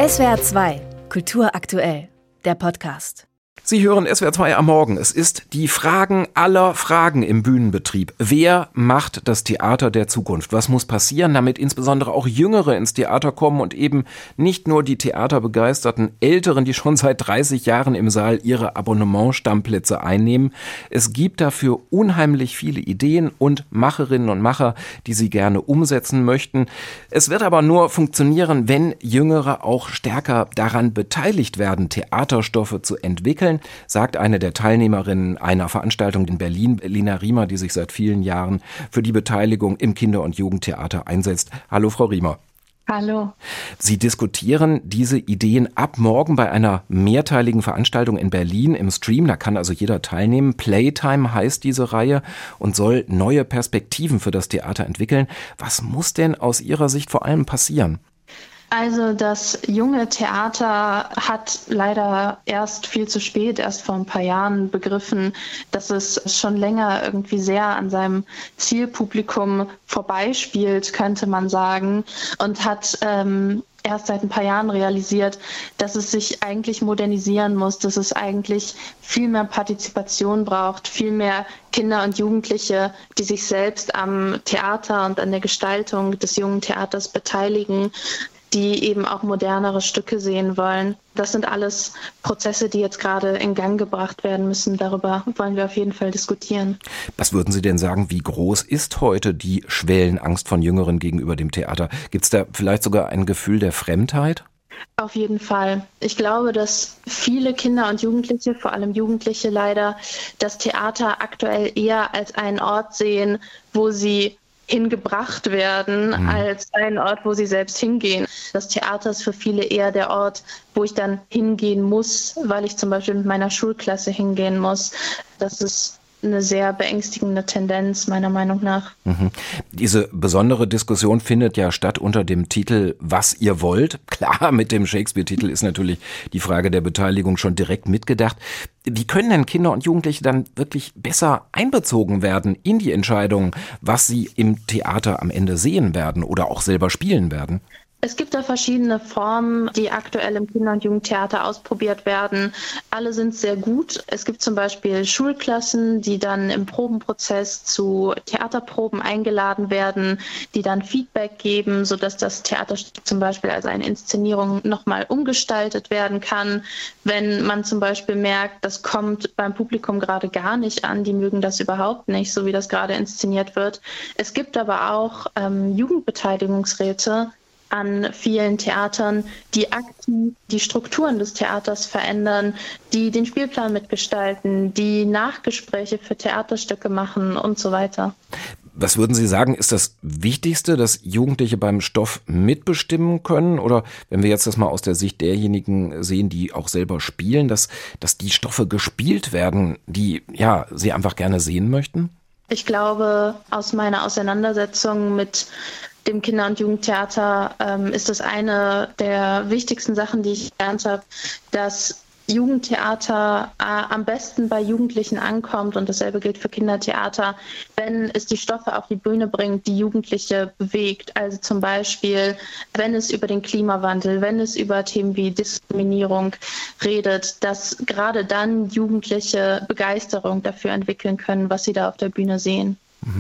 SWR 2, Kultur aktuell, der Podcast. Sie hören SWR 2 am Morgen. Es ist die Fragen aller Fragen im Bühnenbetrieb. Wer macht das Theater der Zukunft? Was muss passieren, damit insbesondere auch Jüngere ins Theater kommen und eben nicht nur die theaterbegeisterten Älteren, die schon seit 30 Jahren im Saal ihre Abonnementstammplätze einnehmen? Es gibt dafür unheimlich viele Ideen und Macherinnen und Macher, die sie gerne umsetzen möchten. Es wird aber nur funktionieren, wenn Jüngere auch stärker daran beteiligt werden, Theaterstoffe zu entwickeln, sagt eine der Teilnehmerinnen einer Veranstaltung in Berlin, Lena Riemer, die sich seit vielen Jahren für die Beteiligung im Kinder- und Jugendtheater einsetzt. Hallo, Frau Riemer. Hallo. Sie diskutieren diese Ideen ab morgen bei einer mehrteiligen Veranstaltung in Berlin im Stream. Da kann also jeder teilnehmen. Playtime heißt diese Reihe und soll neue Perspektiven für das Theater entwickeln. Was muss denn aus Ihrer Sicht vor allem passieren? Also das junge Theater hat leider erst viel zu spät, erst vor ein paar Jahren begriffen, dass es schon länger irgendwie sehr an seinem Zielpublikum vorbeispielt, könnte man sagen, und hat erst seit ein paar Jahren realisiert, dass es sich eigentlich modernisieren muss, dass es eigentlich viel mehr Partizipation braucht, viel mehr Kinder und Jugendliche, die sich selbst am Theater und an der Gestaltung des jungen Theaters beteiligen, die eben auch modernere Stücke sehen wollen. Das sind alles Prozesse, die jetzt gerade in Gang gebracht werden müssen. Darüber wollen wir auf jeden Fall diskutieren. Was würden Sie denn sagen, wie groß ist heute die Schwellenangst von Jüngeren gegenüber dem Theater? Gibt es da vielleicht sogar ein Gefühl der Fremdheit? Auf jeden Fall. Ich glaube, dass viele Kinder und Jugendliche, vor allem Jugendliche leider, das Theater aktuell eher als einen Ort sehen, wo sie hingebracht werden, als einen Ort, wo sie selbst hingehen. Das Theater ist für viele eher der Ort, wo ich dann hingehen muss, weil ich zum Beispiel mit meiner Schulklasse hingehen muss. Das ist eine sehr beängstigende Tendenz, meiner Meinung nach. Diese besondere Diskussion findet ja statt unter dem Titel »Was ihr wollt«. Klar, mit dem Shakespeare-Titel ist natürlich die Frage der Beteiligung schon direkt mitgedacht. Wie können denn Kinder und Jugendliche dann wirklich besser einbezogen werden in die Entscheidung, was sie im Theater am Ende sehen werden oder auch selber spielen werden? Es gibt da verschiedene Formen, die aktuell im Kinder- und Jugendtheater ausprobiert werden. Alle sind sehr gut. Es gibt zum Beispiel Schulklassen, die dann im Probenprozess zu Theaterproben eingeladen werden, die dann Feedback geben, sodass das Theaterstück zum Beispiel als eine Inszenierung nochmal umgestaltet werden kann. Wenn man zum Beispiel merkt, das kommt beim Publikum gerade gar nicht an, die mögen das überhaupt nicht, so wie das gerade inszeniert wird. Es gibt aber auch Jugendbeteiligungsräte an vielen Theatern, die aktiv die Strukturen des Theaters verändern, die den Spielplan mitgestalten, die Nachgespräche für Theaterstücke machen und so weiter. Was würden Sie sagen, ist das Wichtigste, dass Jugendliche beim Stoff mitbestimmen können? Oder wenn wir jetzt das mal aus der Sicht derjenigen sehen, die auch selber spielen, dass die Stoffe gespielt werden, die ja sie einfach gerne sehen möchten? Ich glaube, aus meiner Auseinandersetzung mit dem Kinder- und Jugendtheater ist das eine der wichtigsten Sachen, die ich gelernt habe, dass Jugendtheater am besten bei Jugendlichen ankommt, und dasselbe gilt für Kindertheater, wenn es die Stoffe auf die Bühne bringt, die Jugendliche bewegt. Also zum Beispiel, wenn es über den Klimawandel, wenn es über Themen wie Diskriminierung redet, dass gerade dann Jugendliche Begeisterung dafür entwickeln können, was sie da auf der Bühne sehen.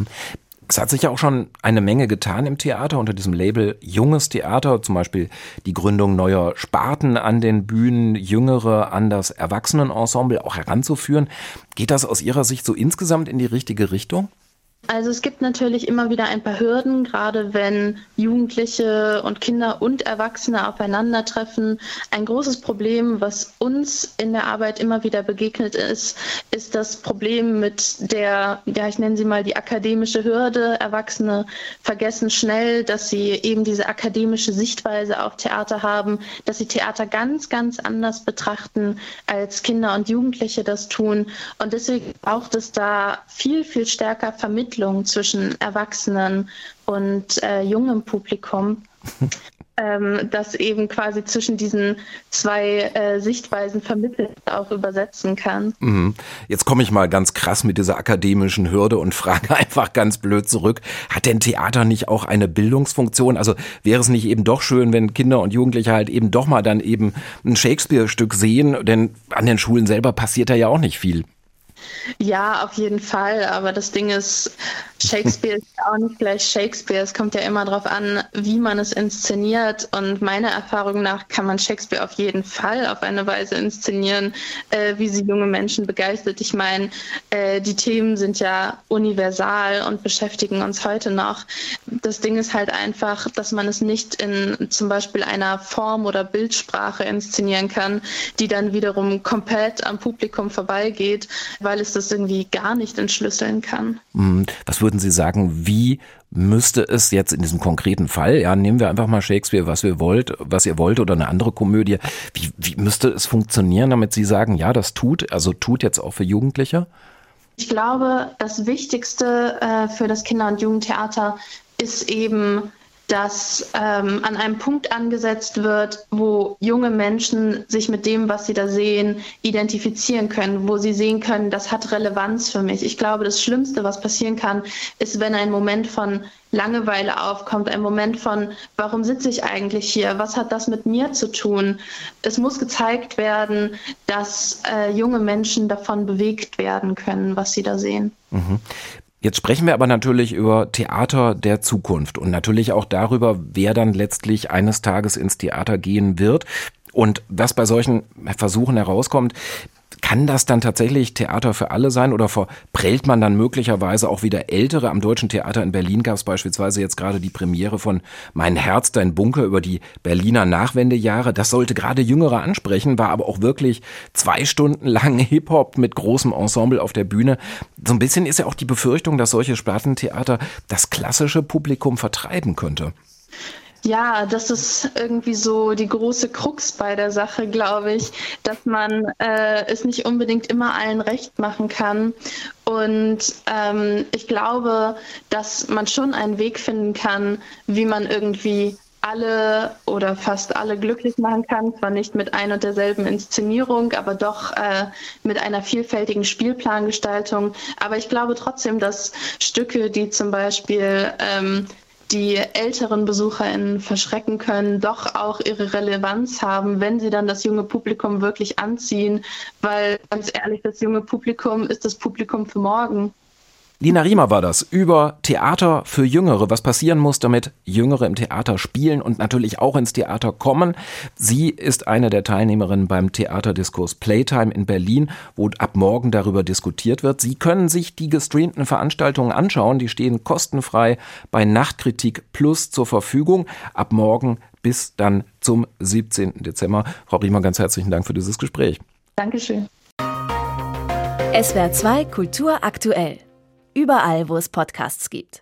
Es hat sich ja auch schon eine Menge getan im Theater unter diesem Label Junges Theater, zum Beispiel die Gründung neuer Sparten an den Bühnen, Jüngere an das Erwachsenenensemble auch heranzuführen. Geht das aus Ihrer Sicht so insgesamt in die richtige Richtung? Also es gibt natürlich immer wieder ein paar Hürden, gerade wenn Jugendliche und Kinder und Erwachsene aufeinandertreffen. Ein großes Problem, was uns in der Arbeit immer wieder begegnet ist das Problem mit der, ich nenne sie mal die akademische Hürde. Erwachsene vergessen schnell, dass sie eben diese akademische Sichtweise auf Theater haben, dass sie Theater ganz, ganz anders betrachten, als Kinder und Jugendliche das tun. Und deswegen braucht es da viel, viel stärker Vermittlung zwischen Erwachsenen und jungem Publikum. das eben quasi zwischen diesen zwei Sichtweisen vermittelt auch übersetzen kann. Jetzt komme ich mal ganz krass mit dieser akademischen Hürde und frage einfach ganz blöd zurück. Hat denn Theater nicht auch eine Bildungsfunktion? Also wäre es nicht eben doch schön, wenn Kinder und Jugendliche halt eben doch mal dann eben ein Shakespeare-Stück sehen? Denn an den Schulen selber passiert da ja auch nicht viel. Ja, auf jeden Fall. Aber das Ding ist, Shakespeare ist ja auch nicht gleich Shakespeare. Es kommt ja immer darauf an, wie man es inszeniert. Und meiner Erfahrung nach kann man Shakespeare auf jeden Fall auf eine Weise inszenieren, wie sie junge Menschen begeistert. Ich meine, die Themen sind ja universal und beschäftigen uns heute noch. Das Ding ist halt einfach, dass man es nicht in zum Beispiel einer Form oder Bildsprache inszenieren kann, die dann wiederum komplett am Publikum vorbeigeht, weil es das irgendwie gar nicht entschlüsseln kann. Was würden Sie sagen, wie müsste es jetzt in diesem konkreten Fall, ja, nehmen wir einfach mal Shakespeare, was ihr wollt oder eine andere Komödie, wie müsste es funktionieren, damit Sie sagen, ja, das tut jetzt auch für Jugendliche? Ich glaube, das Wichtigste für das Kinder- und Jugendtheater ist eben, dass an einem Punkt angesetzt wird, wo junge Menschen sich mit dem, was sie da sehen, identifizieren können, wo sie sehen können, das hat Relevanz für mich. Ich glaube, das Schlimmste, was passieren kann, ist, wenn ein Moment von Langeweile aufkommt, ein Moment von, warum sitze ich eigentlich hier? Was hat das mit mir zu tun? Es muss gezeigt werden, dass junge Menschen davon bewegt werden können, was sie da sehen. Jetzt sprechen wir aber natürlich über Theater der Zukunft und natürlich auch darüber, wer dann letztlich eines Tages ins Theater gehen wird. Und was bei solchen Versuchen herauskommt, kann das dann tatsächlich Theater für alle sein oder verprellt man dann möglicherweise auch wieder Ältere? Am Deutschen Theater in Berlin gab es beispielsweise jetzt gerade die Premiere von Mein Herz, dein Bunker über die Berliner Nachwendejahre. Das sollte gerade Jüngere ansprechen, war aber auch wirklich 2 Stunden lang Hip-Hop mit großem Ensemble auf der Bühne. So ein bisschen ist ja auch die Befürchtung, dass solche Plattentheater das klassische Publikum vertreiben könnte. Ja, das ist irgendwie so die große Krux bei der Sache, glaube ich, dass man es nicht unbedingt immer allen recht machen kann. Und ich glaube, dass man schon einen Weg finden kann, wie man irgendwie alle oder fast alle glücklich machen kann. Zwar nicht mit ein und derselben Inszenierung, aber doch mit einer vielfältigen Spielplangestaltung. Aber ich glaube trotzdem, dass Stücke, die zum Beispiel die älteren BesucherInnen verschrecken können, doch auch ihre Relevanz haben, wenn sie dann das junge Publikum wirklich anziehen, weil ganz ehrlich, das junge Publikum ist das Publikum für morgen. Lina Riemer war das über Theater für Jüngere, was passieren muss, damit Jüngere im Theater spielen und natürlich auch ins Theater kommen. Sie ist eine der Teilnehmerinnen beim Theaterdiskurs Playtime in Berlin, wo ab morgen darüber diskutiert wird. Sie können sich die gestreamten Veranstaltungen anschauen, die stehen kostenfrei bei Nachtkritik Plus zur Verfügung. Ab morgen bis dann zum 17. Dezember. Frau Riemer, ganz herzlichen Dank für dieses Gespräch. Dankeschön. SWR 2 Kultur aktuell. Überall, wo es Podcasts gibt.